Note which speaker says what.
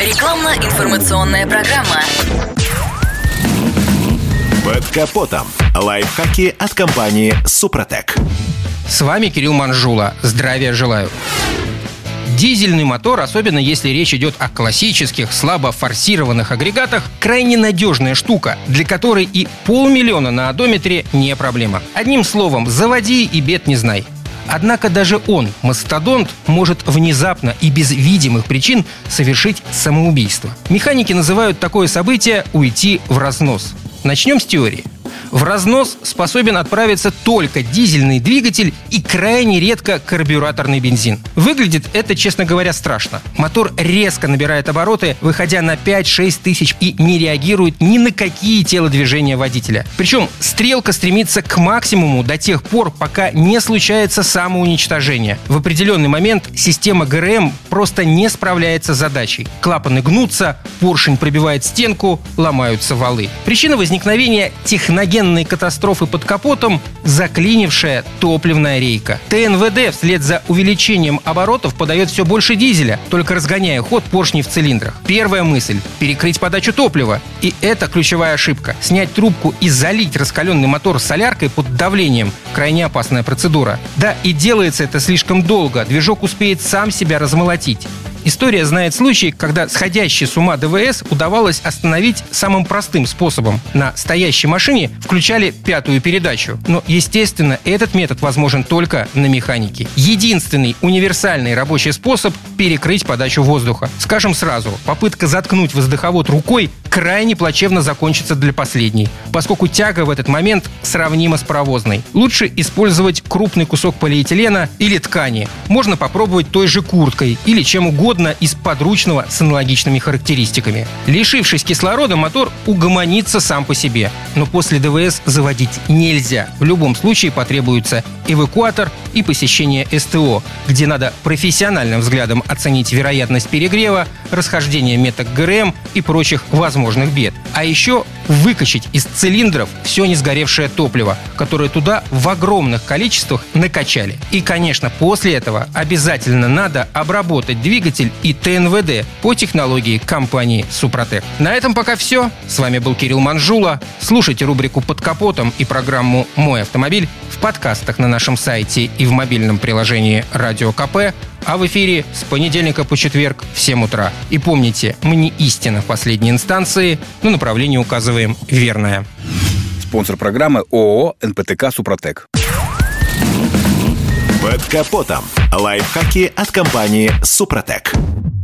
Speaker 1: Рекламно-информационная программа.
Speaker 2: Под капотом. Лайфхаки от компании «Супротек».
Speaker 3: С вами Кирилл Манжула. Здравия желаю. Дизельный мотор, особенно если речь идет о классических, слабо форсированных агрегатах, крайне надежная штука, для которой и 500 000 на одометре не проблема. Одним словом, заводи и бед не знай. Однако даже он, мастодонт, может внезапно и без видимых причин совершить самоубийство. Механики называют такое событие «уйти в разнос». Начнем с теории. В разнос способен отправиться только дизельный двигатель и крайне редко карбюраторный бензин. Выглядит это, честно говоря, страшно. Мотор резко набирает обороты, выходя на 5-6 тысяч, и не реагирует ни на какие телодвижения водителя. Причем стрелка стремится к максимуму до тех пор, пока не случается самоуничтожение. В определенный момент система ГРМ просто не справляется с задачей. Клапаны гнутся, поршень пробивает стенку, ломаются валы. Причина возникновения техногенной катастрофы под капотом – заклинившая топливная рейка. ТНВД вслед за увеличением оборотов подает все больше дизеля, только разгоняя ход поршней в цилиндрах. Первая мысль – перекрыть подачу топлива. И это ключевая ошибка. Снять трубку и залить раскаленный мотор соляркой под давлением – крайне опасная процедура. Да, и делается это слишком долго, движок успеет сам себя размолотить. История знает случаи, когда сходящий с ума ДВС удавалось остановить самым простым способом. На стоящей машине включали пятую передачу. Но, естественно, этот метод возможен только на механике. Единственный универсальный рабочий способ – перекрыть подачу воздуха. Скажем сразу, попытка заткнуть воздуховод рукой крайне плачевно закончится для последней, поскольку тяга в этот момент сравнима с паровозной. Лучше использовать крупный кусок полиэтилена или ткани. Можно попробовать той же курткой или чем угодно из подручного с аналогичными характеристиками. Лишившись кислорода, мотор угомонится сам по себе. Но после ДВС заводить нельзя. В любом случае потребуется эвакуатор и посещение СТО, где надо профессиональным взглядом оценить вероятность перегрева, расхождение меток ГРМ и прочих возможных бед. А еще выкачать из цилиндров все не сгоревшее топливо, которое туда в огромных количествах накачали. И, конечно, после этого обязательно надо обработать двигатель и ТНВД по технологии компании «Супротек». На этом пока все. С вами был Кирилл Манжула. Слушайте рубрику «Под капотом» и программу «Мой автомобиль» в подкастах на нашем сайте и в мобильном приложении «Радио КП», а в эфире с понедельника по четверг в 7 утра. И помните, мы не истина в последней инстанции, но направление указываем верное.
Speaker 4: Спонсор программы ООО «НПТК Супротек».
Speaker 2: Под капотом. Лайфхаки от компании «Супротек».